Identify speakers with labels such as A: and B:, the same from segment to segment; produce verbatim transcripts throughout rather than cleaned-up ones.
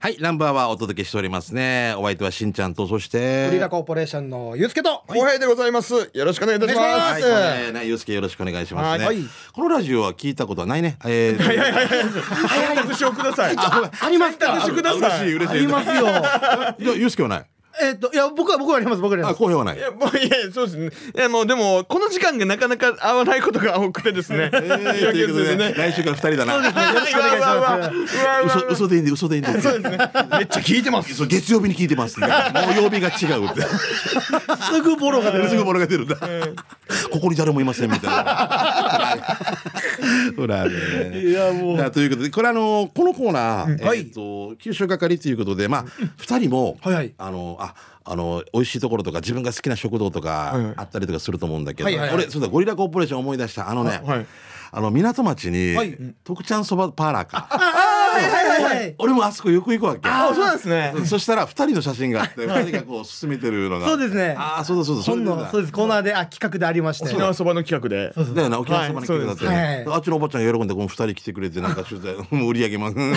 A: はい、ナンバーはお届けしておりますね。お相手はしんちゃんと、そして
B: ゴリラコーポレーションのゆうすけと
C: 浩平でございます。よろしくお願いいたします。
A: はい、えーね、ゆうすけよろしくお願いしますね、はい、このラジオは聞いたことはないね。えー、
C: はいはいはいはい選択肢をください。
B: あ、ありますか。
C: 選択肢ください。
A: 嬉しい嬉しい。
B: ありますよ。
A: いや、ゆうすけはない。
B: えっといや僕は僕はあります僕はあります。
A: あ、浩平はない。
C: いやもういやそうですね。いやもうでもこの時間がなかなか合わないことが多くてですね。
A: えー、ということでね、来週から二人だな。
B: そうですね。よろしくお願いします。
A: 嘘嘘でいいんで嘘でいいんで。
C: そうですね。めっちゃ聞いてます。
A: そう月曜日に聞いてます、ね。もう曜日が違うって。
B: すぐボロが出る。
A: すぐボロが出るんだ。ここに誰もいませんみたいな。ほらね。
B: いやもう。
A: ということでこれあのこのコーナー、
B: はい、
A: えっと九州係ということでまあ二人も、
B: はいはい、
A: あのああの美味しいところとか自分が好きな食堂とかあったりとかすると思うんだけど、
B: はいはいはい、
A: 俺そうだゴリラコーポレーション思い出したあのね、
C: はい、
A: あの港町に、はい、徳ちゃんそばパーラーか。
B: はいはいはい、
A: 俺もあそこよく行くわけ。
C: ああそうなんですね。
A: そしたら二人の写真があって二人がこう進めてるのが
B: そうですね。
A: ああそうだそうだ
B: そうだそうです。コーナーであ企画でありまして、
C: 沖縄そばの企画で
A: だよな、沖縄そばの企画だってね、
B: はい、
A: あっちのおばちゃん喜んでこの二人来てくれてなんか取材もう売り上げまこ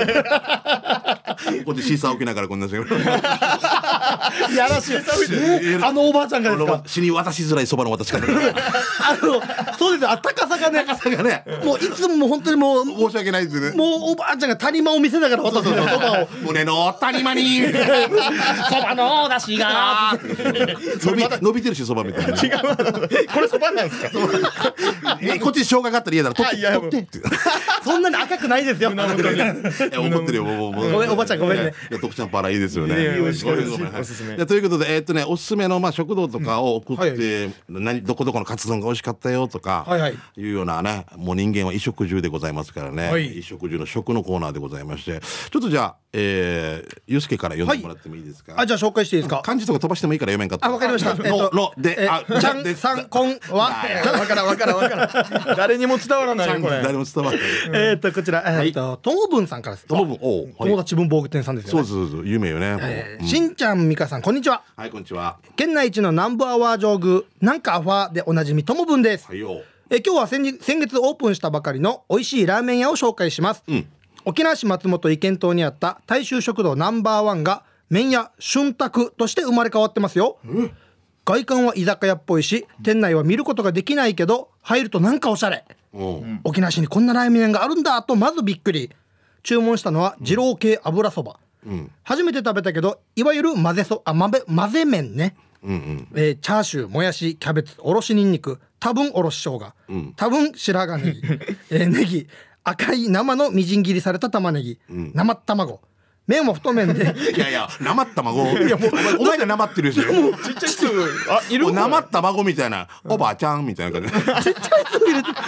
A: こでシーサー置きながらこんなしてる
B: やらしい。あのおばあちゃんがですか。
A: 死に渡しづらいそばの渡し方。
B: あのそうですよ。あ高さがね、
A: 高さがね、
B: もういつももう本当にもう
A: 申し訳ないですね。
B: もうおばあちゃんが谷間を見せながら渡すそばを
A: 胸の谷間に
B: そばのお出汁が
A: 伸び伸びてるしそばみたいな。
C: 違う。これそばなんですか。
A: こっちに生姜があったら嫌だろ。取って取って。
B: そんなに赤くないですよ。
A: いや怒ってるよもうもう。
B: ごめんおばちゃんごめんね。
A: いや徳ちゃんパラいいですよね。
C: おすすめ。
A: ということでえっとねおすすめのまあ食堂とかを送って何どこどこのカツ丼が美味しかったよとかいうようなねもう人間は衣食住でございますからね。衣食住の食のコーナーでございましてちょっとじゃあえーゆうすけから読んでもらってもいいですか。
B: あじゃあ紹介していいですか。
A: 漢字とか飛ばしてもいいから読めんかった。
B: あわかりました。
A: えっとのであ
B: ちゃんさんこんは
C: わからんわからんわからん。誰にも伝わらないよこれ。
A: 誰も伝わらない。
B: えっとこちらえっとともぶんさんからです。
A: ともぶんお
B: 友達文房具店さんですよね。
A: そうそうそう有名よね。
B: しんちゃんみかさんこんにちは。
A: はいこんにちは。
B: 県内一の南部アワー上宮なんかアファーでおなじみともぶんです。
A: はいよ。
B: え今日は先日、先月オープンしたばかりの美味しいラーメン屋を紹介します、うん、沖縄市松本意見島にあった大衆食堂ナンバーワンが麺屋春卓として生まれ変わってますよ、うん、外観は居酒屋っぽいし店内は見ることができないけど入るとなんかおしゃれ、うん、沖縄市にこんなラーメン屋があるんだとまずびっくり。注文したのは二郎系油そば、うん、初めて食べたけどいわゆる混ぜそあ混ぜ混ぜ麺ね、うんうんえー、チャーシューもやしキャベツおろしにんにく多分おろし生姜、うん、多分白髪ネギ、えー、ネギ赤い生のみじん切りされた玉ねぎ、うん、生卵麺も太麺で
A: いやいや生卵いやもうお前が生ってるしちっちゃい人あいる生卵みたいな、うん、おばあちゃんみたいな感じちっちゃい人入れて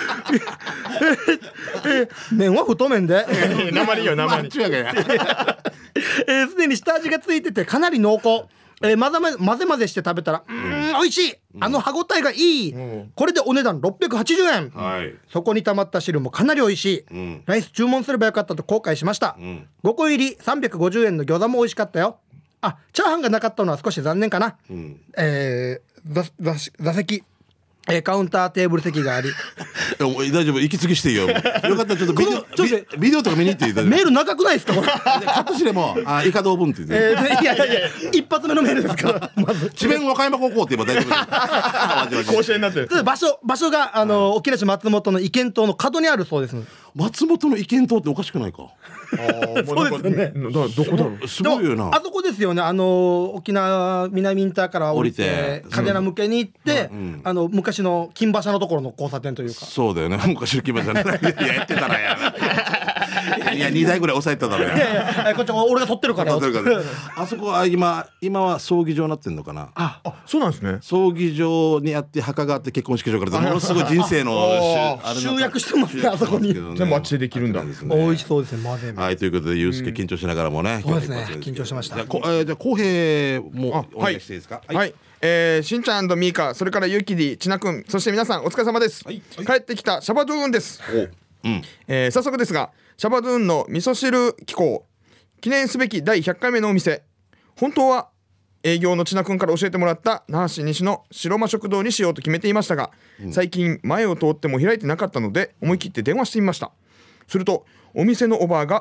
B: えー、麺は太麺で
C: 生によ生にすで、
B: えー、に下味がついててかなり濃厚。えー、混ぜ混ぜ混ぜして食べたらうーん美味しい、うん、あの歯ごたえがいい、うん、これでお値段ろっぴゃくはちじゅうえん、はい、そこに溜まった汁もかなり美味しい、うん、ライス注文すればよかったと後悔しました、うん、ごこ入りさんびゃくごじゅうえんの餃子も美味しかったよ。あチャーハンがなかったのは少し残念かな、うんえー、座, 座, 座席えー、カウンターテーブル席があり
A: 大丈夫息継ぎしていいよよかったらちょっとビデオビビデオとか見に行っていい
B: メール長くないですかこれ
A: カットしでもあイカ同文って言って、
B: えー、いやいやいや一発目のメールですからまず
A: 智弁和歌山高校って言えば大丈夫です
C: 甲子園になってる
B: 場所場所があの、はい、沖縄市松本の意見島の角にあるそうです。
A: 松本の意見島っておかしくないか。
C: あそうですよね。どこだろう。
A: すごいよな。
B: あそこですよね。あの沖縄南インターから降りて風名向けに行って、うん、あの昔の金馬車のところの交差点というか。
A: そうだよね。昔の金馬車ね。いややってたらや。いやにだいぐらい抑えただろうや。
B: いやいやこっち俺が取ってるから。
A: あそこは今今は葬儀場になってんのかな。
C: あ、あそうなんですね。
A: 葬儀場にあって墓があって結婚式場からものすごい人生の
B: 集約してますねあそこに。
C: 全部あっちでできるんだ。
B: 美味しそうですね。混ぜ麺。
A: はいということでゆうすけ緊張しながらもね。
B: そうですね。緊張しました。
A: じゃあこえじゃあ浩平もお願いしていいですか。
C: はい。えー、しんちゃん&ミーカ、それからゆきり、ちなくん、そして皆さんお疲れ様です、はいはい、帰ってきたシャバドゥーンです、うんえー、早速ですがシャバドゥーンの味噌汁機構記念すべきだいひゃっかいめのお店、本当は営業のちなくんから教えてもらった那覇市西の白間食堂にしようと決めていましたが、うん、最近前を通っても開いてなかったので思い切って電話してみました。するとお店のおばあが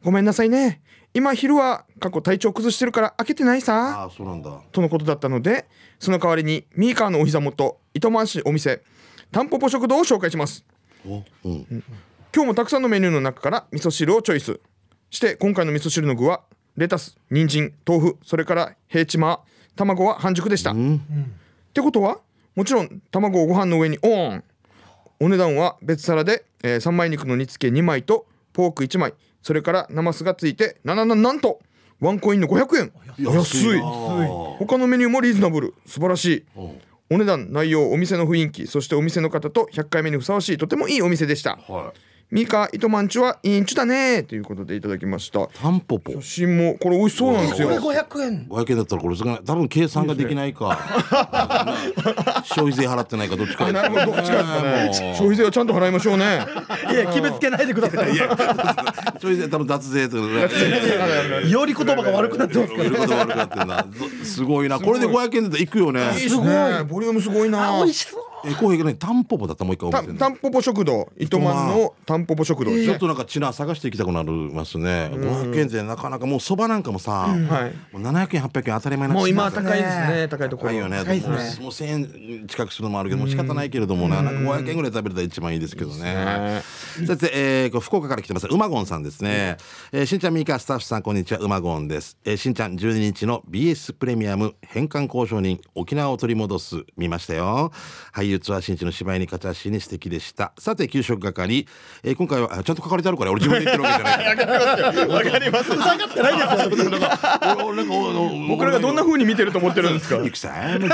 C: ごめんなさいね、今昼は過去体調崩してるから開けてないさ
A: あそうなんだ
C: とのことだったので、その代わりにミーカーのお膝元糸満市お店タンポポ食堂を紹介します。
A: お、うん、
C: 今日もたくさんのメニューの中から味噌汁をチョイスして、今回の味噌汁の具はレタス、人参、豆腐、それからヘーチマー、卵は半熟でした、うん、ってことはもちろん卵をご飯の上にオン。お値段は別皿で、えー、三枚肉の煮付けにまいとポークいちまい、それからナマスがついてななななんとワンコインのごひゃくえん。安い。他のメニューもリーズナブル、素晴らしい。お値段、内容、お店の雰囲気、そしてお店の方とひゃっかいめにふさわしいとてもいいお店でした、はい、ミカ糸満チュはいいんちゅだねということでいただきました。
A: タンポポ
C: 写真もこれ美味しそうなんですよ。
B: これごひゃくえん
A: ごひゃくえんだったらこれ少ない。多分計算ができないか消費税払ってないかどっちか
C: なるほど、どっちかですかね。消費税はちゃんと払いましょうね。
B: いや決めつけないでください。いや
A: 消費税多分脱税とか
B: より言葉が悪くなってますから、
A: より言葉悪くなってるな。すごいな。これでごひゃくえんだったらいくよね。
C: いいですね。ボリュームすごいな。
B: 美味しそう。
A: え、コーヒーがね、タンポポだったらもう一回
C: 覚えてる。タンポポ食堂、糸満のタンポポ食堂ですね。
A: ちょっとなんかチナ探していきたくなりますね。ごひゃくえんでなかなかもうそばなんかもさ、もうななひゃくえんはっぴゃくえん当たり前なんですよ。
C: もう今高いですね。高いところ。
A: 高いよね。もうせんえん近くするのもあるけども仕方ないけれどもね、なんかごひゃくえんぐらい食べれたら一番いいですけどね。さて、えー、福岡から来てますうまごんさんですね。えー、しんちゃんみーかスタッフさんこんにちは、うまごんです。えー、しんちゃんじゅうににちの ビーエス プレミアム返還交渉人沖縄を取り戻す見ましたよ。俳優ツアー新地の芝居に勝ち足に素敵でした。さて給食係、えー、今回はちゃんと書かれてあるから俺自分で言ってるわけじゃない
C: わかります。
B: 疑ってないですよ。
C: 僕らがどんな風に見てると思ってるんですか。
A: ゆきさん付
C: け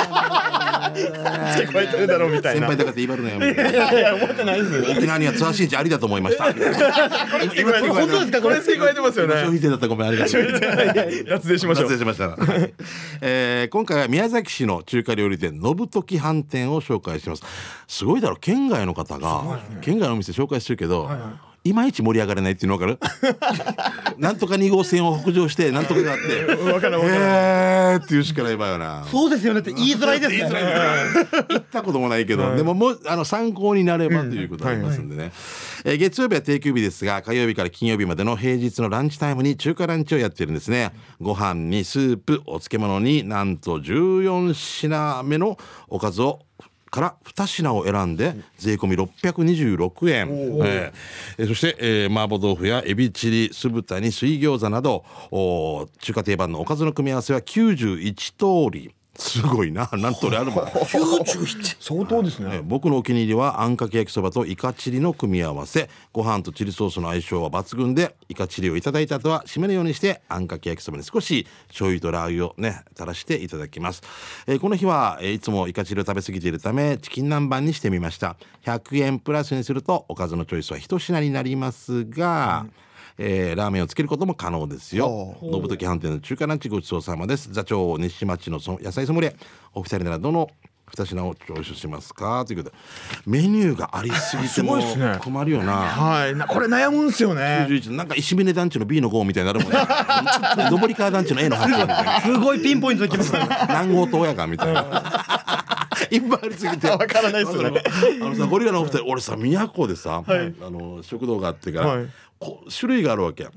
C: 加えてるだろうみたいな。
A: 先輩だからって言い張るなよみたいな。
C: いやいや思ってないです。
A: 沖縄にはツアー新地ありだと思いました。
C: これ付け加えて本当ですか。これ付け加えてますよね。
A: 消費税だったらごめんありがとう。
C: 脱税しましょう。
A: 脱税しました。えー、今回は宮崎市の中華料理店のぶとき飯店を紹介します。すごいだろ、県外の方が、ね、県外のお店紹介してるけど、はいはい、いまいち盛り上がれないっていうの分かるなんとかに号線を北上してなんとかがあって
C: 分かる分かる
A: えーっていうしかない場合よな。
B: そうですよねって言いづらいですね。
A: 言ったこともないけど、はい、でももうあの参考になればということありますんでね、うんはいはいえー、月曜日は定休日ですが火曜日から金曜日までの平日のランチタイムに中華ランチをやってるんですね。ご飯にスープお漬物になんとじゅうよんしなめのおかずをからに品を選んで税込みろっぴゃくにじゅうろくえん、えー、そして、えー、麻婆豆腐やエビチリ酢豚に水餃子など中華定番のおかずの組み合わせはきゅうじゅういち通り。すごいな、何通りあるもん。
B: きゅうじゅういち
C: 相当ですね、
A: えー、僕のお気に入りはあんかけ焼きそばとイカチリの組み合わせ。ご飯とチリソースの相性は抜群で、イカチリをいただいた後は締めるようにしてあんかけ焼きそばに少し醤油とラー油をね垂らしていただきます。えー、この日は、えー、いつもイカチリを食べ過ぎているためチキン南蛮にしてみました。ひゃくえんプラスにするとおかずのチョイスは一品になりますが、うんえー、ラーメンをつけることも可能ですよ。のぶとき飯店の中華ランチごちそうさまです。座長西町の野菜ソムリエ、お二人ならどの二品をチョイスしますかということで、メニューがありすぎても困るよな。
C: はい、これ悩むんですよね。
A: きゅうじゅういちなんか石峰団地の ビー のごみたいになるもんね。上り川団地の エー のはちみたいな。
B: すごいピンポイントいきましたね。
A: 南郷と親かみたいないっぱいありすぎて
C: わからないですね。
A: あのさゴリラのお二人、俺さ宮古でさ、はい、あの食堂があってから、はい、こ種類があるわけ、うん、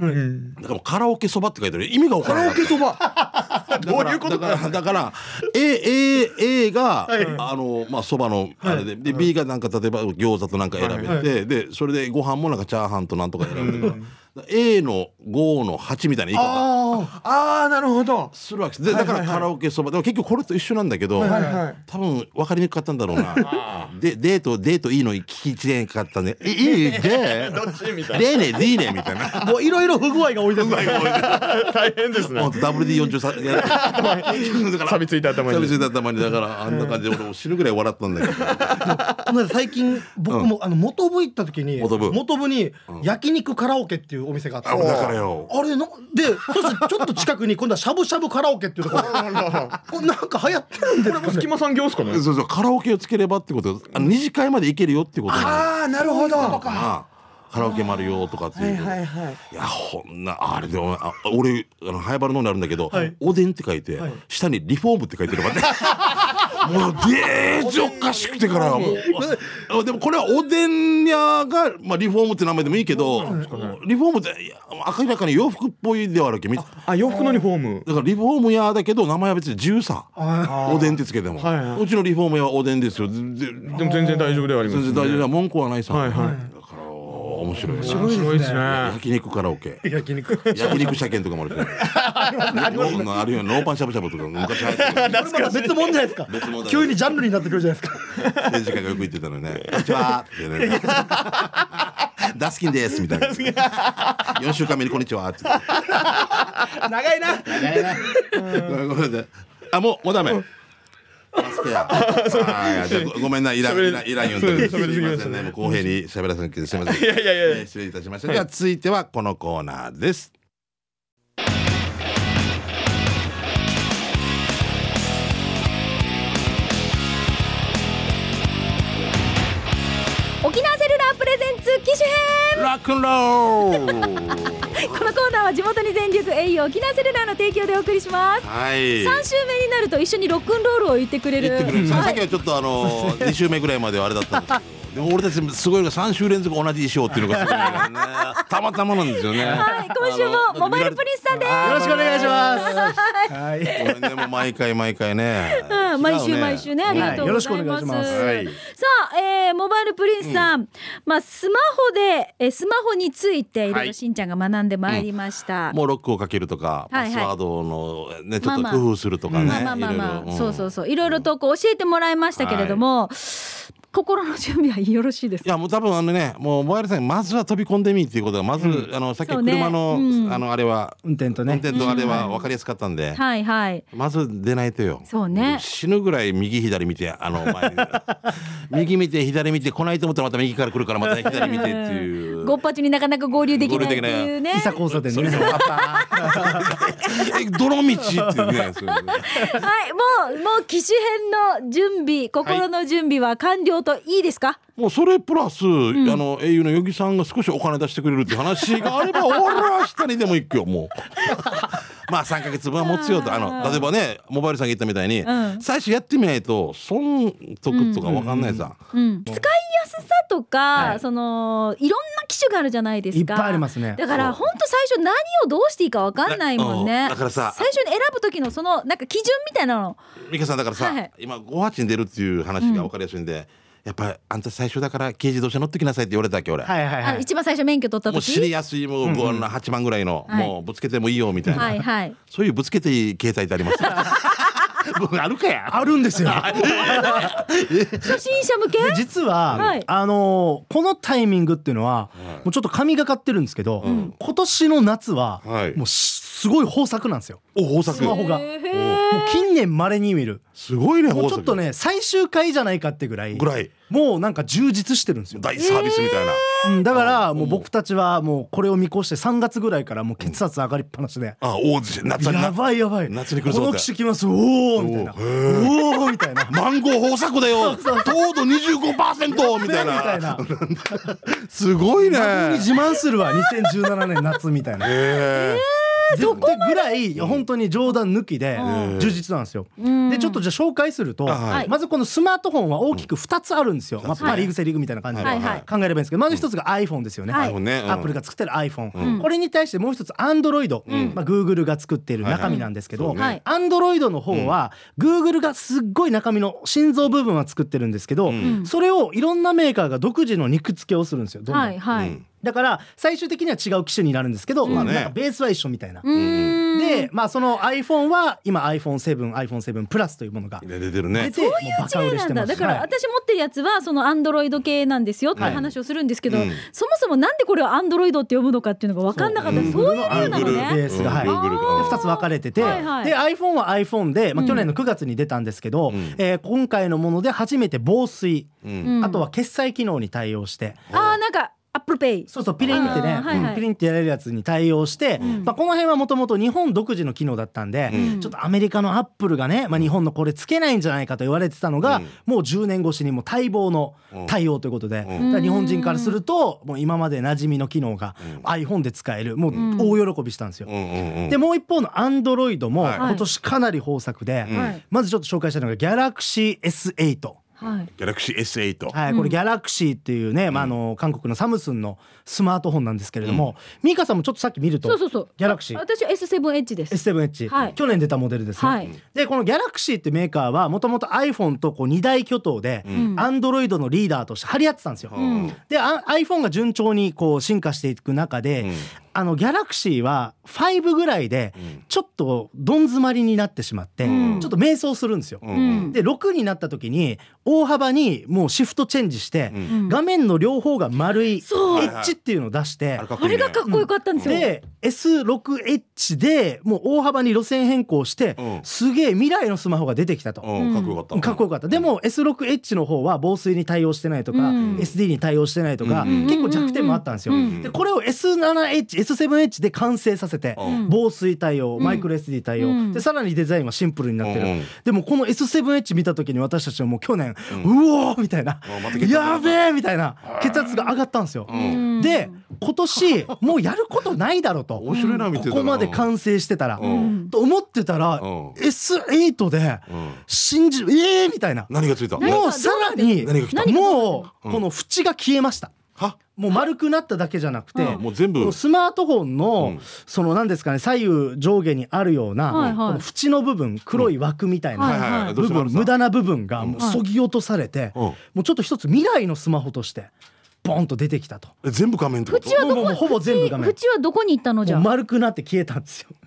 A: だからもうカラオケそばって書いてある。意味が分からない。
C: カラオケそばどういうこと
A: だからだから A, A, A が、はい、あのまあそばのあれで、はい、で B がなんか例えば餃子となんか選べて、はい、でそれでご飯もなんかチャーハンとなんとか選べて、うん、A のごのはちみたいな言い方
C: ああなるほど
A: するわけで、だからカラオケそばでも結局これと一緒なんだけど、はいはいはい、多分分かりにくかったんだろうなでデートデートいいの聞き違えなかったんでいいで
C: どっちみたいな
A: でねでいいねみたいな
B: もういろいろ不具合が多いですね。
C: 大変ですね。
A: ダブリューディーよんじゅうさん
C: 錆びついた頭に
A: 錆びついた頭にだからあんな感じで俺も死ぬぐらい笑ったんだけど
B: 最近僕も、うん、あの元部行った時に元部元部に焼肉カラオケっていうお店があって、
A: うん、だからよ
B: あれのでそしてちょっと近くに今度はしゃぶしゃぶカラオケっていうところこれなんか流行ってるんですかね。
C: これも隙間産業ですかね。
A: そうそうカラオケをつければってことあの二次会まで行けるよってこと。
C: ああなるほど
A: カラオケもあるよとかっていう、はいはいはい、いやほんなあれでもあ俺あの早原のにあるんだけど、はい、おでんって書いて、はい、下にリフォームって書いてるわけもうデージおかしくてからもうでもこれはおでん屋が、まあ、リフォームって名前でもいいけど、リフォームって明らかに洋服っぽいではあるけど、
C: あ洋服のリフォーム
A: だからリフォーム屋だけど名前は別に自由さ、おでんってつけても、はいはい、うちのリフォーム屋はおでんですよ。で, で
C: も全然大丈夫ではありますね。
A: 全然大丈夫、文句はないさ、はいはい、だから面白い、
B: 面白いですね。
A: 焼肉カラオケ、
B: 焼肉
A: 焼肉車検とかもあるあるよ、ノーパンしゃぶしゃぶとか昔入ってる
B: 別物じゃないですか。急にジャンルになってくるじゃないですか。
A: 政治家がよく言ってたのね、こんにちはってねダスキンですみたいなよんしゅうかんめにこんにちはって
B: 長いな長いな
A: ごめんなさい、あもうもうダメマスクやあじゃごめんな、イランイランイラン呼んでる、すみませんね、もう公平に喋らせなきゃすみません。いやいやいや、失礼いたしました。じゃあ続いてはこのコーナーです。
D: 沖縄セルラープレゼンツ機種編
A: ラックンロー
D: このコーナーは地元に全力 au 沖縄セルラーの提供でお送りします。
A: はい、
D: さん週目になると一緒にロックンロールを言ってくれる。
A: 言ってくれる、はい、さっきはちょっとあのに週目ぐらいまではあれだったんですけどでも俺たちすごいのがさん週連続同じ衣装っていうのがすごいからねたまたまなんですよね。
D: はい、今週もモバイルプリンスさんです。
B: よろしくお願いします。
A: はい、これでも毎回毎回ね、
D: うん、毎週毎週ね、ありがとうございます。はい、さあ、えー、モバイルプリンスさん、うん、まあスマホでえスマホについていろいろしんちゃんが学んでまいりました。はい、
A: うん、もうロックをかけるとか、はいはい、パスワードのねちょっと工夫するとかね、
D: まあまあまあまあ、そうそうそういろいろとこう教えてもらいましたけれども。はい、心の準備はよろしいですか。
A: いやもう多分あのね、もうモバイルさんまずは飛び込んでみっていうことがまず、うん、あのさっき車の、ね、うん、あのあれは
B: 運転とね
A: 運転とあれは分かりやすかったんで、うん、
D: はいはい、
A: まず出ないとよ。
D: そうね、
A: 死ぬぐらい右左見てあの前に右見て左見て来ないと思ったらまた右から来るからまた左見てっていう
D: ごっぱちになかなか合流できないっていうね、
B: 伊佐交差点ね
A: え泥道っていうねはい、
D: もうもう機種編の準備、心の準備は完了といいですか。
A: もうそれプラス、うん、あの au のヨギさんが少しお金出してくれるって話があれば俺は明日にでも行くよもうまあさんかげつぶんは持つよと、あの例えばねモバイルさんが言ったみたいに、うん、最初やってみないと損得とか分かんないさ、
D: うんうんうん、使いやすさとか、はい、そのいろんな機種があるじゃないですか。
B: いっぱいありますね。
D: だから本当最初何をどうしていいか分かんないもんね。
A: だからさ
D: 最初に選ぶ時のそのなんか基準みたいなの、
A: ミカさんだからさ、はい、今ごじゅうはちに出るっていう話が分かりやすいんで、うん、やっぱりあんた最初だから軽自動車乗ってきなさいって言われたっけ俺、はいはいはい、
D: 一番最初免許取った時
A: もう知りやすいもう、うんうん、はちまんぐらいの、はい、もうぶつけてもいいよみたいな、はいはい、そういうぶつけていい携帯ってありますあるかや
B: あるんですよ
D: 初心者向け
B: 実は、はい、あのー、このタイミングっていうのは、はい、もうちょっと神がかってるんですけど、うん、今年の夏は、はい、もうすごい豊作なんですよ。
A: お豊作
B: スマホがもう近年稀に見る
A: すごいね。
B: もうちょっとね最終回じゃないかってぐらい
A: ぐらい
B: もうなんか充実してるんですよ。
A: 大サービスみたいな、
B: えーうん、だからもう僕たちはもうこれを見越してさんがつぐらいからもう血圧上がりっぱなしで、
A: うん、あ大夏
B: やばいやばい
A: 夏に来るぞ
B: この機種来ますおーみたいなおおみたいな
A: マンゴー豊作だよ糖度 にじゅうごパーセント みたいなみたいなすごいね。
B: 自慢するわにせんじゅうななねん夏みたいな、
A: えー
B: でぐらい本当に冗談抜きで充実なんですよ。でちょっとじゃあ紹介すると、はい、まずこのスマートフォンは大きくふたつあるんですよ、まあ、パリーグセリーグみたいな感じで考えればいいんですけど、まず一つが iPhone ですよね、はい、アップルが作ってる iPhone、うん、これに対してもう一つ Android、うんまあ、Google が作っている中身なんですけど、はいはい、Android の方は Google がすっごい中身の心臓部分は作ってるんですけど、うん、それをいろんなメーカーが独自の肉付けをするんですよどんどん、はいはい、だから最終的には違う機種になるんですけど、うんまあ、なんかベースは一緒みたいな。で、まあ、その iPhone は今 アイフォンセブン、アイフォンセブン プラスというものが
A: 出てるね。
D: そういう違いなんだ。だから私持ってるやつはその Android 系なんですよって話をするんですけど、はいうん、そもそもなんでこれを Android って呼ぶのかっていうのが分かんなかった。そう、そういう理由なのね。ベースが、はい、ふたつ分かれてて、はいはい、で iPhone は iPhone で、まあ、去年のくがつに出たんですけど、うんえー、今回のもので初めて防水、うん、あとは決済機能に対応して、 うん、あーなんかアップルペイ
B: そうそうピリンってね、はいはい、ピリンってやれるやつに対応して、うんまあ、この辺はもともと日本独自の機能だったんで、うん、ちょっとアメリカのアップルがね、まあ、日本のこれつけないんじゃないかと言われてたのが、うん、もうじゅうねん越しにも待望の対応ということで、うん、だから日本人からするともう今まで馴染みの機能が iPhone で使えるもう大喜びしたんですよ、うん、でもう一方の Android も今年かなり豊作で、はい、まずちょっと紹介したのが Galaxy エスエイト
A: はい、ギャラクシー エスエイト、
B: はい、これギャラクシーっていうね、うん、まあ、あの韓国のサムスンのスマートフォンなんですけれども、うん、ミカさんもちょっとさっき見ると、
D: そうそうそう、
B: ギャラクシー、
D: 私は エスセブンエッジ です。
B: エスセブンエッジ、
D: はい、
B: 去年出たモデルですね、はい、でこのギャラクシーってメーカーはもともと iPhone とこう二大巨頭で、うん、Android のリーダーとして張り合ってたんですよ、うん、で iPhone が順調にこう進化していく中で、うん、あのギャラクシーはごぐらいでちょっとどん詰まりになってしまって、うん、ちょっと迷走するんですよ、うん、でろくになった時に大幅にもうシフトチェンジして、うん、画面の両方が丸いエッジっていうのを出して、
D: あれがかっこよかったんですよ、
B: で エスシックスエッジ でもう大幅に路線変更して、うん、すげえ未来のスマホが出てきたと、
A: うん、かっこよかった、
B: かっこよかった。でも エスシックスエッジ の方は防水に対応してないとか、うん、エスディー に対応してないとか、うん、結構弱点もあったんですよ、うん、でこれを エスセブンエッジ、エスセブンエッジ で完成させて、うん、防水対応、マイクロ エスディー 対応、うん、でさらにデザインはシンプルになってる、うん、でもこの エスセブンエッジ 見た時に私たちはもう去年、うん、うおーみたいな、ま、やべえみたいな血圧が上がったんですよ、うん、で今年もうやることないだろうと
A: 面白いな見てたな、
B: ここまで完成してたら、うん、と思ってたら、うん、エスエイト で信じる、えーみたいな、
A: 何がついた、
B: もうさらにもうこの縁が消えました、はもう丸くなっただけじゃなくて、もう全部スマートフォンの、うん、その何ですかね、左右上下にあるような、はいはい、この縁の部分、黒い枠みたいな部分、無駄な部分がもう削ぎ落とされて、うん、もうちょっと一つ未来のスマホとしてボンと出てきたと。
A: え全部画面ってこと？
D: 縁はどこ、
B: もうほぼ全部画面。
D: 縁はどこに行ったのじゃ？
B: 丸くなって消えたんですよ。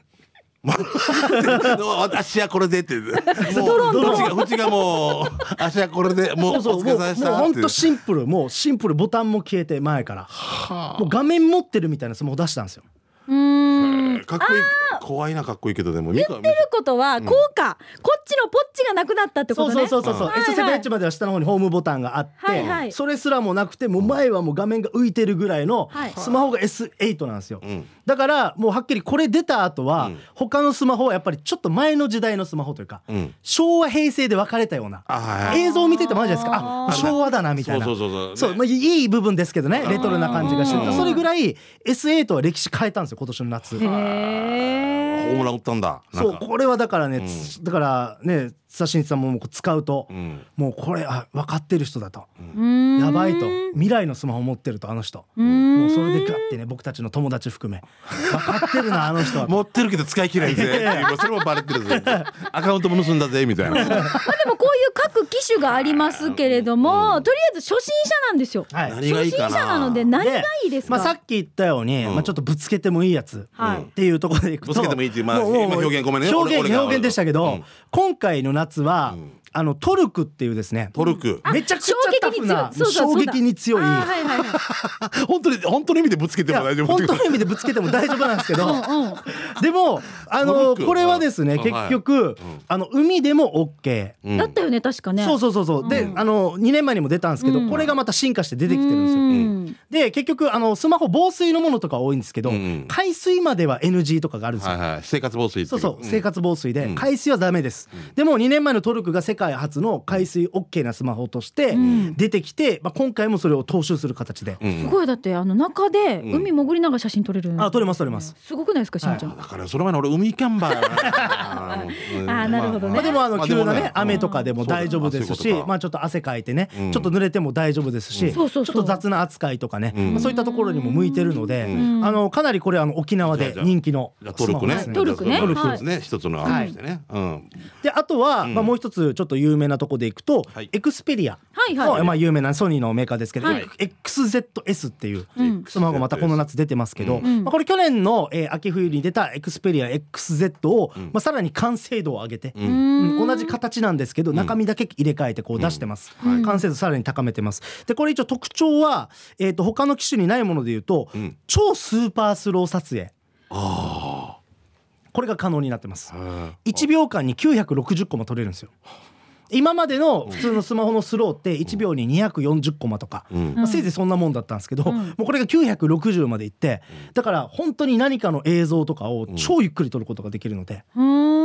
A: 私はこれでってもう縁がもう足はこれでもうお疲れ様でしたっていう、
B: もうほんとシンプル、もうシンプル、ボタンも消えて前からもう画面持ってるみたいなスマホ出したんですよ。
D: うーん、
A: かっこいい、怖いな、かっこいいけど、でも
D: 言ってることはこうか、うん、こっちのポッチがなくなったってことね。
B: そうそうそうそう、はいはい、エスセブンエッジ までは下の方にホームボタンがあって、はいはい、それすらもなくて、もう前はもう画面が浮いてるぐらいのスマホが エスエイト なんですよ、うん、だからもうはっきりこれ出た後は、うん、他のスマホはやっぱりちょっと前の時代のスマホというか、うん、昭和平成で分かれたような、映像を見ててもあるじゃないですか、あ昭和だなみたいな、そうそうそうそう、そう、まあ、いい部分ですけどね、レトロな感じがして、それぐらい エスエイト は歴史変えたんですよ今年の夏。
A: ホームラン打ったんだ。
B: そう、これはだからね、うん、だからね、津田真一さんも使うと、うん、もうこれあ分かってる人だと、うん、やばいと、未来のスマホ持ってるとあの人、うん、もうそれでガッてね、僕たちの友達含め分かってるなあの人は
A: 持ってるけど使い切れないぜそれもバレてるぜアカウントも盗んだぜみたいなまあでもこういう
D: 各機種がありますけれども、うん、とりあえず初心者なんですよ、
B: はい、
A: 何がいいかな、
D: 初心者なので何がいいですか。
B: まあ、さっき言ったように、うん、まあ、ちょっとぶつけてもいいやつ、うん、っていうところでいくと、
A: ぶつけてもいいっていう、まあ、今表現ごめんね、
B: 表現、表現でしたけど、うん、今回の夏は、うん、あのトルクっていうですね、
A: トルク
B: めちゃくちゃタフな衝撃に強い、はいはいはい、
A: 本当に本当の意味でぶつけても大丈夫、
B: 本当の意味でぶつけても大丈夫なんですけどうん、うん、でもあのこれはですね、結局、はい、あの海でも OK、
D: うん、だったよね確かね。
B: そうそうそうそう、うん、であのにねんまえにも出たんですけど、うん、これがまた進化して出てきてるんですよ、うん、で結局あのスマホ防水のものとか多いんですけど、うん、海水までは エヌジー とかがあるんですよ、
A: はいはい、生活防水って
B: そうそう、うん、生活防水で、うん、海水はダメです、うん、でもにねんまえのトルクが世界初の海水 OK なスマホとして出てきて、うん、まあ、今回もそれを踏襲する形で、
D: うん、すごい、だってあの中で海潜りながら写真撮れる、うん、
B: あ、撮れます撮れます、
D: すごくないですかしんちゃん、
A: はい、だからその前の俺海キャンバー
D: ああ、なるほどね、
B: まあ、でもあの急なね、ね、雨とかでも大丈夫ですし、まあ、ちょっと汗かいてね、うん、ちょっと濡れても大丈夫ですし、うん、ちょっと雑な扱いとかね、うん、まあ、そういったところにも向いてるので、うん、あのかなりこれあの沖縄で人気の
A: トルクね、
D: トルクね、
A: トルクですね、一つの案としてね、はい、うん、
B: であとは、まあ、もう一つちょっと有名なところでいくと、はい、エクスペリアの、はいはい、まあ、有名なソニーのメーカーですけど、はい、エックスゼットエス っていうスマホがまたこの夏出てますけど、うん、まあ、これ去年の、えー、秋冬に出たエクスペリア エックスゼット を、うん、まあ、さらに完成度を上げて、うんうん、同じ形なんですけど中身だけ入れ替えてこう出してます、うん、完成度さらに高めてます。でこれ一応特徴は、えー、と他の機種にないものでいうと、うん、超スーパースロー撮影、あ、これが可能になってます。いちびょうかんにきゅうひゃくろくじゅっこも撮れるんですよ。今までの普通のスマホのスローっていちびょうににひゃくよんじゅっコマとか、うん、まあ、せいぜいそんなもんだったんですけど、うん、もうこれがきゅうひゃくろくじゅうまでいって、だから本当に何かの映像とかを超ゆっくり撮ることができるので、
A: うん、こ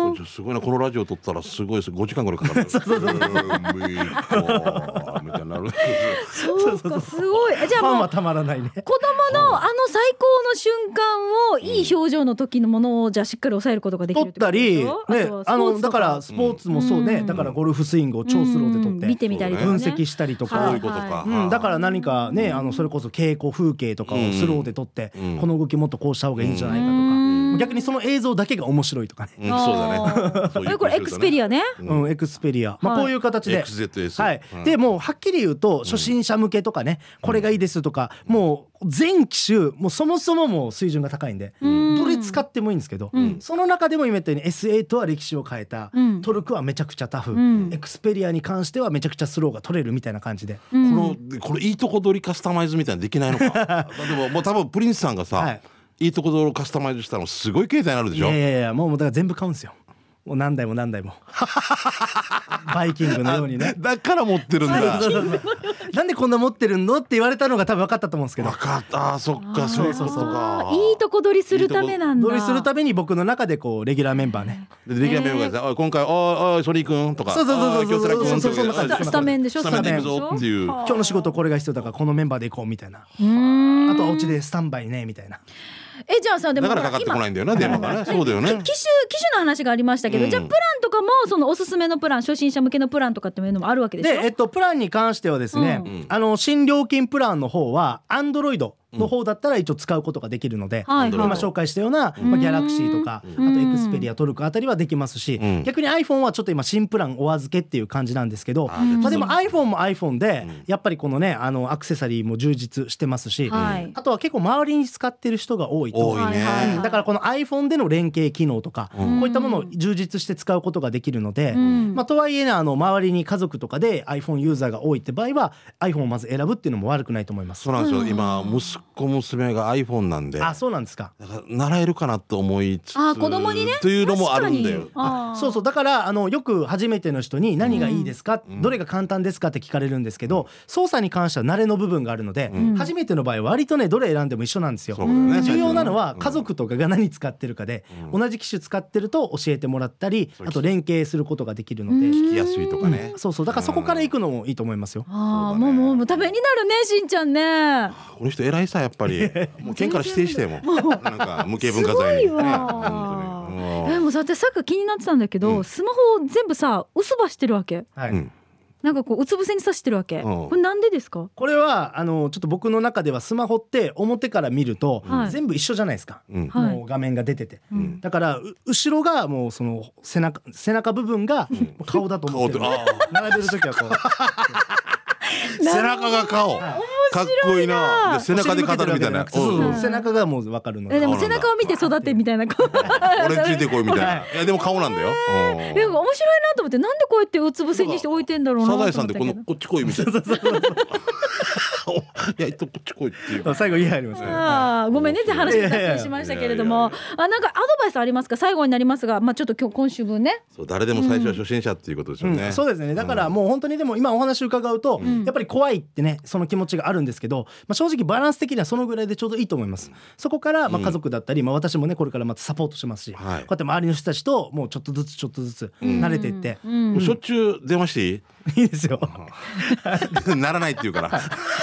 A: ーすごいな、このラジオ撮ったらすごいですごじかんぐらいかかるそうそうそうみたいになる
D: そうかすごい。じゃあもう
B: ファンはたまらないね。
D: 子供のあの最高の瞬間をいい表情の時のものをじゃあしっかり抑えることができる
B: 撮ったりね、あのだからスポーツもそうね、
D: うん、
B: だからゴルフスイングを超スローで撮って、うん、
D: 見てみたりとか、ね、
B: 分析したりとか、
A: そういうことか、
B: うん、だから何かね、あのそれこそ稽古風景とかをスローで撮って、うん、この動きもっとこうした方がいいんじゃないかとか、うん、逆にその映像だけが面白いとかね、
A: うん、そうだね
D: これエクスペリアね、
B: うん、エクスペリア、まあ、こういう形で、
A: エックスゼットエス、
B: はい、でもうはっきり言うと初心者向けとかね、うん、これがいいですとか、もう全機種もうそもそももう水準が高いんで、うん、どれ使ってもいいんですけど、うん、その中でも今言ったように エスエイト は歴史を変えた、うん、トルクはめちゃくちゃタフ、うん、エクスペリアに関してはめちゃくちゃスローが取れるみたいな感じで、
A: うん、このこれいいとこ取りカスタマイズみたいなできないのかでももう多分プリンスさんがさ、はい、いいとこ取りカスタマイズしたのすごい携帯になるでしょ。
B: いやいやいや、もうだから全部買うんですよ、もう何台も何台もバイキングのようにね
A: だから持ってるんだ
B: なんでこんな持ってるのって言われたのが多分分かったと思うんですけど、
A: 分かった、あ、そっか、そういうことか、
D: いいとこ取りするためなんだ。
B: 取りするために僕の中でこうレギュラーメンバーね、
A: でレギュラーメンバーがさ、今回おいおいソニー君とか、
B: そうそうそうそうそうそうそうそう
D: そう、スタメンでしょ、
A: スタメンで行くぞっていう、
B: 今日の仕事これが必要だからこのメンバーで行こうみたいな、うーん、あとはお家でスタンバイねみたいな。
D: え、じゃあさ、でも
A: だからかかってこないんだよな電話がね。そうだよね。
D: 機種機種の話がありましたけど、うん、じゃあプランとかもそのおすすめのプラン、初心者向けのプランとかっていうのもあるわけでしょ。
B: で、えっと、プランに関してはですね、うん、あの新料金プランの方は Androidの方だったら一応使うことができるので、うん、今紹介したような、まあ、ギャラクシーとか、うん、あとエクスペリアトルクあたりはできますし、うん、逆に iPhone はちょっと今新プランお預けっていう感じなんですけど、うん、まあ、でも iPhone も iPhone でやっぱりこのね、あのアクセサリーも充実してますし、うん、あとは結構周りに使ってる人が多いと、
A: 多いね、
B: うん、だからこの iPhone での連携機能とか、うん、こういったものを充実して使うことができるので、うん、まあ、とはいえね、あの周りに家族とかで iPhone ユーザーが多いって場合は iPhone をまず選ぶっていうのも悪くないと思います。
A: そうなんですよ、うん、今息子娘がiPhone なんで、
B: あ、そうなんですか。
A: だから習えるかなと思いつつ、
D: あ、子供にね
A: というのもあるんだよ。
B: あ、そうそう、だからあのよく初めての人に何がいいですか、うん、どれが簡単ですかって聞かれるんですけど、操作に関しては慣れの部分があるので、うん、初めての場合は割とねどれ選んでも一緒なんですよ、ね、重要なのは家族とかが何使ってるかで、うん、同じ機種使ってると教えてもらったり、あと連携することができるので
A: 聞きやすいとかね、
B: うん、そうそう、だからそこから行くのもいいと思いますよ。
D: あ、ね、もうもうもうためになるね、しんちゃんね。
A: この人偉いさ、やっぱりもう県から指定してもなんか無形文化財に、ね、
D: すごいわ、ね、でもさ、私さっき気になってたんだけど、うん、スマホを全部さ薄ばしてるわけ、はい、うん、なんかこううつ伏せにさしてるわけ、うん、これなんでですか。こ
B: れはあのちょっと僕の中ではスマホって表から見ると、うん、全部一緒じゃないですか、うん、もう画面が出てて、うん、だから後ろがもうその背中背中部分が顔だと思ってる、並べるときはこう
A: 背中が顔、はい、かっこいいな。で背中で語るみたいな、
B: そうそう、背中がもう分かるの
D: で、でも背中を見て育ってみたいな
A: 俺ついてこいみたいな、いやでも顔なんだよ、
D: えー、いや面白いなと思って、なんでこうやってうつ伏せにして置いてんだろうなと思ったけど、
A: サザエさんでこのこっち来いみたいないやこっち来いっていう
B: 最後言い入りますね。
D: あ、ごめんね、話が脱線しましたけれども、あ、なんかアドバイスありますか、最後になりますが、まあ、ちょっと今日今週分ね。
A: そう、誰でも最初は初心者っていうことですよね、
B: うんうん、そうですね。だからもう本当にでも今お話伺うと、うん、やっぱり怖いってね、その気持ちがあるんですけど、まあ、正直バランス的にはそのぐらいでちょうどいいと思います、うん、そこからまあ家族だったり、まあ、私もねこれからまたサポートしますし、はい、こうやって周りの人たちともうちょっとずつちょっとずつ慣れていって、
A: うんうん、しょっちゅう電話していい
B: いいですよ
A: ならないって言うから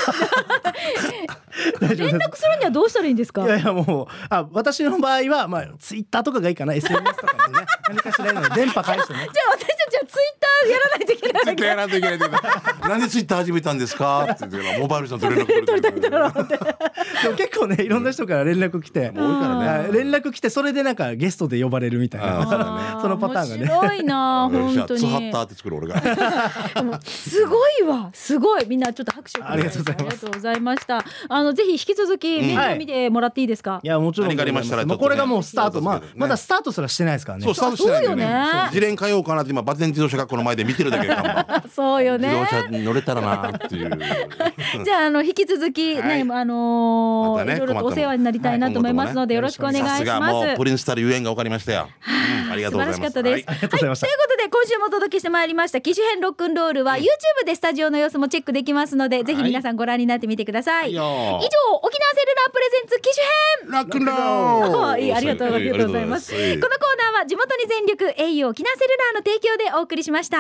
D: 連絡するにはどうしたらいいんですか。
B: いやいや、もうあ私の場合は、まあ、ツイッターとかがいいかな、 エスエヌエス とかでね何かしらの電波返してね
D: じゃあ私たちはツイッターやらないといけない
A: ツイッターやらないといけないってなんでツイッター始めたんですかって言ってモバイルさんと連絡取れてるで
B: も結構ねいろんな人から連絡来て、うん、多いからね、連絡来てそれでなんかゲストで呼ばれるみたいなそのパターンがね
D: 面白いな本当に。
A: ツハッターって作る俺が
D: すごいわ、すごい。みんなちょっと拍手を
B: ありがとうございます。
D: ありがとうございました。あのぜひ引き続きメールを見てもらっていいですか。
B: いやもちろん。
A: 何かありましたらちょっとね、
B: これがもうスタート、まあまだスタートすらしてないですからね。
A: そうスタートしてないんだよね。
D: そうよね。
A: 自連通おうかなって今バテン自動車学校の前で見てるだけか
D: そうよね。
A: 自動車に乗れたらなっていう
D: じゃああの引き続きね、はい、あのーまね、いろいろとお世話になりたいなと思いますので、はい、よろしくお願いします。さすがもうプリンスたるゆえんが分かりましたよ、うん、ありがとうございます。素晴らしかったです、はい、ありがとうございました、はい、ということで今週もお届けしてまいりました機種編ロックンロールは、うん、YouTube でスタジオの様子もチェックできますので、ぜひ皆さんご覧になってみてください、はい、以上沖縄セルラープレゼンツ機種編
A: ロックンロール、
D: ありがとうございます。このコーナーはは地元に全力 エーユー 沖縄セルラーの提供でお送りしました。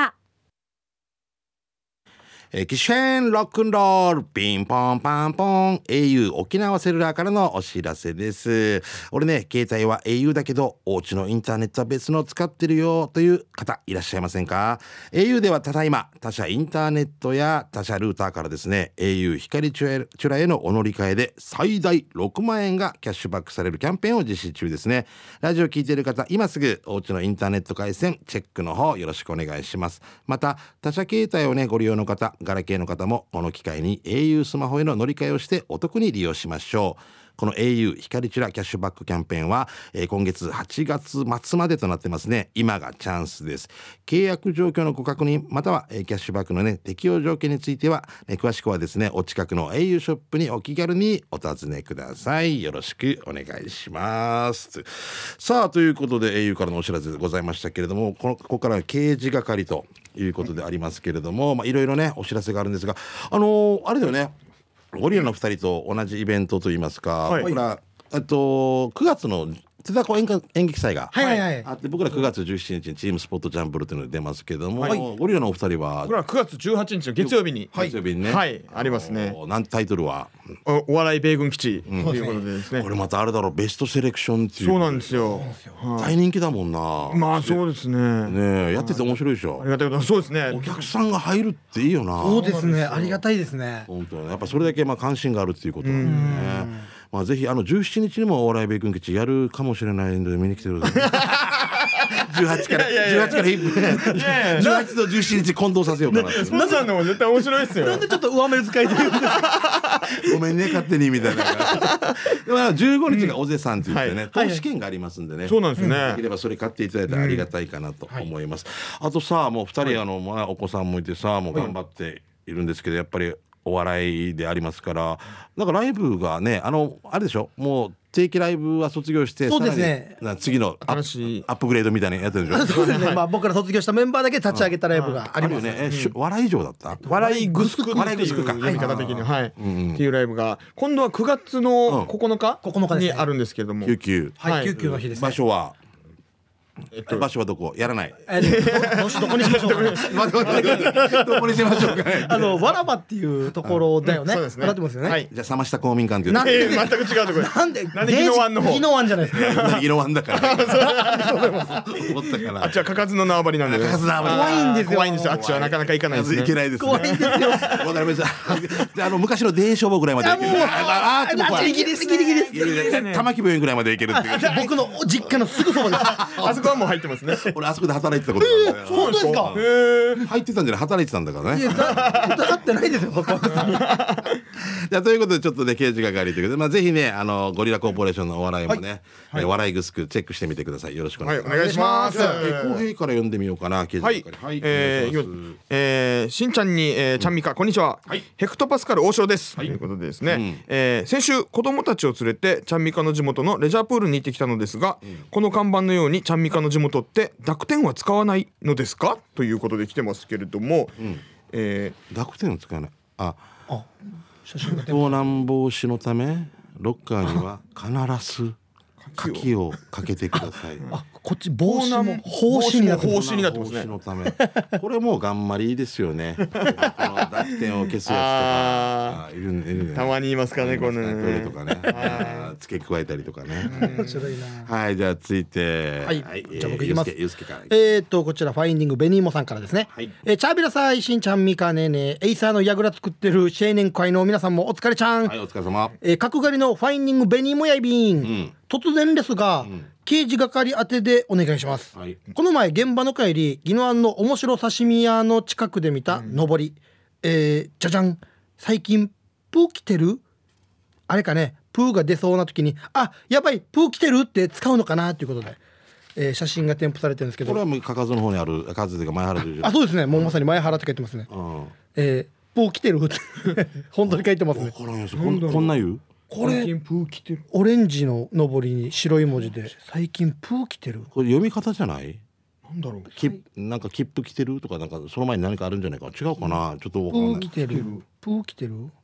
A: えー、キシェンロックンロールピンポンパンポン エーユー 沖縄セルラーからのお知らせです。俺ね、携帯は エーユー だけどお家のインターネットは別の使ってるよという方いらっしゃいませんか？ エーユー ではただいま他社インターネットや他社ルーターからですね エーユー 光チュラへのお乗り換えで最大ろくまんえんがキャッシュバックされるキャンペーンを実施中ですね。ラジオ聞いている方、今すぐお家のインターネット回線チェックの方よろしくお願いします。また他社携帯をねご利用の方、ガラケーの方もこの機会に エーユー スマホへの乗り換えをしてお得に利用しましょう。この エーユー 光チュラキャッシュバックキャンペーンは、えー、今月はちがつ末までとなってますね。今がチャンスです。契約状況のご確認または、えー、キャッシュバックのね適用条件については、ね、詳しくはですねお近くの エーユー ショップにお気軽にお尋ねください。よろしくお願いします。さあということで エーユー からのお知らせでございましたけれども、このここから刑事係ということでありますけれども、まあいろいろねお知らせがあるんですが、あのー、あれだよね、ゴリラのふたりと同じイベントといいますか、はい、僕らえっとくがつの手だこ演劇祭があって、僕らくがつじゅうしちにちにチームスポットジャンブルというので出ますけども、はい、ゴリラのお二人は
C: 僕らくがつじゅうはちにちの月曜日に
A: 月曜日にね、
C: はい、ありますね。
A: なんタイトルは
C: お, お笑い米軍基地ということでですね、
A: これまたあれだろう、ベストセレクションっていう。
C: そうなんですよ、
A: 大人気だもんな。
C: まあそうですね。
A: ねやってて面白いでしょ。
C: ありがたいこと、そうですね。
A: お客さんが入るっていいよな。
B: そうですね、ありがたいですね。
A: 本当ね、やっぱそれだけまあ関心があるっていうことなんでね。まあ、ぜひあのじゅうしちにちにもお笑い米軍基地やるかもしれないので見に来てください。じゅうはちからじゅうはちからじゅうはちとじゅうしちにち混同させようかな。
C: 皆さんのも絶対面白いですよ。
B: なんでちょっと上目遣いで言うんですか。
A: ごめんね勝手にみたいな。でもじゅうごにちがおぜさんって言ってね、投資券がありますんでね。
C: そうなんですね。
A: できればそれ買っていただいたらありがたいかなと思います。あとさ、もうふたりあのまあお子さんもいてさ、もう頑張っているんですけど、やっぱりお笑いでありますから、なんかライブがね、あのあれでしょ、もう定期ライブは卒業して、
B: そうですね、
A: さらに次のアップ、アップグレードみたいなやつでしょ。
B: そうですね、まあ僕ら卒業したメンバーだけ立ち上げたライブがありますね。
A: 笑い以上だった、
C: 笑いグスク
A: 笑いグスクか
C: 読み方的に、はい、っていうライブが今度はくがつのここのかにあるんですけれども、
A: 救急、
B: はい、救急の日ですね。
A: 場所はえっと、場所はどこやらない。
B: えー、ど, どこにしましょうか。
A: どこにしましょうか。
B: あのわらばっていうところだよね。
C: そうですね。
B: なってますよね。
A: はい、じゃあ冷ました公民館っていう。
C: なんで全く違うところ。
B: なんで
C: なんで宜野湾の方。
B: 宜野湾じゃないですか。
A: 宜野湾だから。思ったから。
C: あっちはかかずの縄張りなんで。
A: かかず縄張り。
B: 怖いんですよ。
C: 怖いんですよ。あっちはなかなか行かないですね。
A: 行けないですね。
B: 怖いんですよ。
A: わかりました。あの昔の伝承簿ぐらいまで行ける。
B: ああ、ギリギリですギリギリです。
A: 玉木病院ぐらいまで行けるっていう。
B: 僕の実家のすぐそばです。
C: あそこはもう入ってますね。
A: 俺あそこで働いてたことなんだよ。
B: 本当ですか。
A: 入ってたんじゃない、働いてたんだからね。
B: いや、疑ってないですよ。
A: じゃあということでちょっとね刑事係ということで、まあぜひねあのゴリラコーポレーションのお笑いもね、はい、笑いグスクチェックしてみてください。よろしくお願いします。
C: はい、お願いします。
A: 公平から読んでみようかな。刑事係。
C: はい。えー、えー、しんちゃんに、えー、ちゃんみかこんにちは。はい、ヘクトパスカル大城です。はい、ということでですね。うん、えー、先週子供たちを連れてちゃんみかの地元のレジャープールに行ってきたのですが、うん、この看板のようにちゃんみかの地元って濁点は使わないのですかということで来てますけれども、うん、え
A: ー、濁点を使わない。あ、あ、盗難防止のためロッカーには必ず鍵をかけてください。
B: あ、こっち防止も防止になってます。
C: 防止になってますね。
A: 防止のため。これもう頑張りですよね。この濁点を消すやつとかいるいるね。
C: たまに言いますかね、この
A: トイレとかね。付け加えたりとかね。
B: 面白いな。
A: はい、じゃあ続いて、
B: はい、じゃあ僕いきます。
A: ゆうすけから。
B: えっとこちらファインディングベニーモさんからですね。えー、チャービラサイシンちゃんみかねねエイサーのヤグラ作ってる青年会の皆さんもお疲れちゃん。
A: はい、お疲れ様。
B: えー、角刈りのファインディングベニーモやいびん。うん、突然ですが、うん、刑事係宛てでお願いします。はい、この前現場の帰り宜野湾の面白刺身屋の近くで見た上り、うん、えー、じゃじゃん、最近プー来てるあれかね、プーが出そうな時にあやばいプー来てるって使うのかなということで、えー、写真が添付されてるんですけど、
A: これはもうかかずの方にあるかずでか前原という。
B: あ、そうですね、もうまさに前原って書いてますね。うん、えー、プー来てるって本当に書いてますね。
A: こん, こんな言う
B: これオレンジの上りに白い文字で最近プー来てる。
A: これ読み方じゃない？
C: なんだろう。
A: きなんか切符来てるとかなんかその前に何かあるんじゃないか。違うかな。ちょっとわかんない。
B: プー来てる。プー来てる。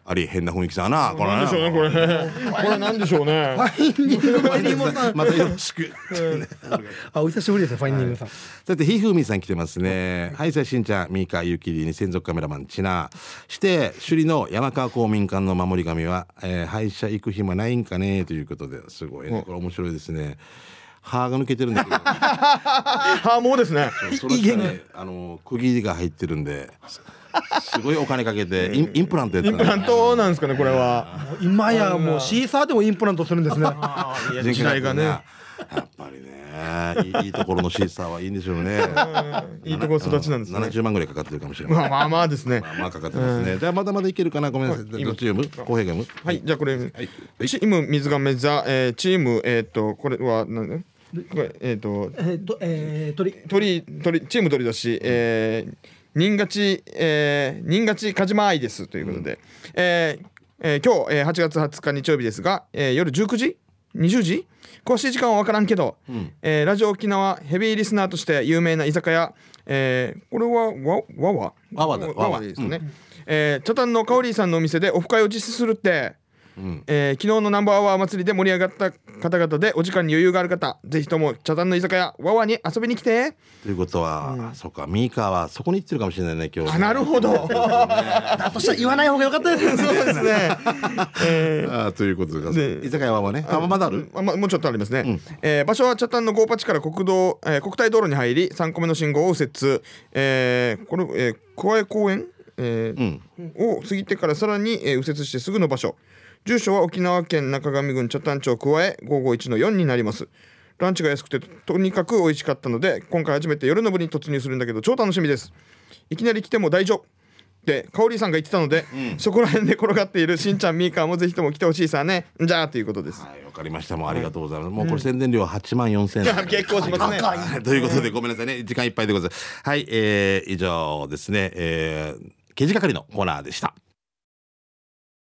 A: あり変な雰囲気さな。
C: これなんでしょうねこれこれなんでしょうね。
B: ファインディングファインディングさん
A: またよろしく
B: あ、お久しぶりですねファインディングさん。
A: だってひふみさん来てますね。はい、さあしんちゃん、みーか、ゆきりに専属カメラマンちなして首里の山川公民館の守り神は、えー、歯医者行く暇ないんかねということで、すごいね、これ面白いですね。歯が抜けてるんだけど
C: 歯もうですね、
A: それしかね、あの区切りが入ってるんですごいお金かけてイン、インプラントやった
C: インプラントなんですかねこれは。
B: 今やもうシーサーでもインプラントするんですね
C: 時代がね、
A: やっぱりね、いい、いいところのシーサーはいいんでしょうね
C: いいところ育ちなんですね。
A: ななじゅうまんぐらいかかってるかもしれない。
C: まあまあまあですね。
A: まあまあかかってますね。じゃあまだまだいけるかな。ごめんなさい。どっち読む？公平が読む？
C: はい、じゃあこれ、はい、チーム水亀座、えー、チームえっ、ー、とこれは何？これえっ、ー、と
B: えー、とえー、鳥
C: 鳥鳥チーム鳥だし、えー、人勝ち、えー、人勝ち鹿島愛ですということで、うん、えーえー、今日、えー、はちがつはつか日曜日ですが、えー、夜じゅうくじにじゅうじ詳しい時間は分からんけど、うん、えー、ラジオ沖縄ヘビーリスナーとして有名な居酒屋、えー、これはわわわ
A: わわだ
C: わわですね、うん、えー、チャタンのカオリーさんのお店でオフ会を実施するって、うん、えー、昨日のナンバーワー祭りで盛り上がった方々でお時間に余裕がある方、ぜひともチャタンの居酒屋わわに遊びに来て。
A: ということは、うん、そうか、ミーカーはそこに行ってるかもしれないね今日。
C: あ、なるほど
B: だとしたら言わない方が良かったですね
C: そうですね、
A: えー、あということで居酒屋わわね、あ、まだある、
C: あ、ま、もうちょっとありますね、うん、えー、場所はチャタンのゴーパチから国道、えー、国体道路に入りさんこめの信号を右折、えー、これ、えー、桑江公園、えーうん、を過ぎてからさらに、えー、右折してすぐの場所。住所は沖縄県中上郡北谷町桑江 ごーごーいちのよん になります。ランチが安くてとにかく美味しかったので今回初めて夜の部に突入するんだけど超楽しみです。いきなり来ても大丈夫って香織さんが言ってたので、うん、そこら辺で転がっているしんちゃんみーかーもぜひとも来てほしいさね。じゃあということです。
A: はい、わかりました。もうありがとうございます。はい、もうこれ宣伝料ははちまんよんせんえん、うん、
C: 結構しますね
A: ということでごめんなさいね、時間いっぱいでございます。はい、えー、以上ですね、えー、刑事係のコーナーでした。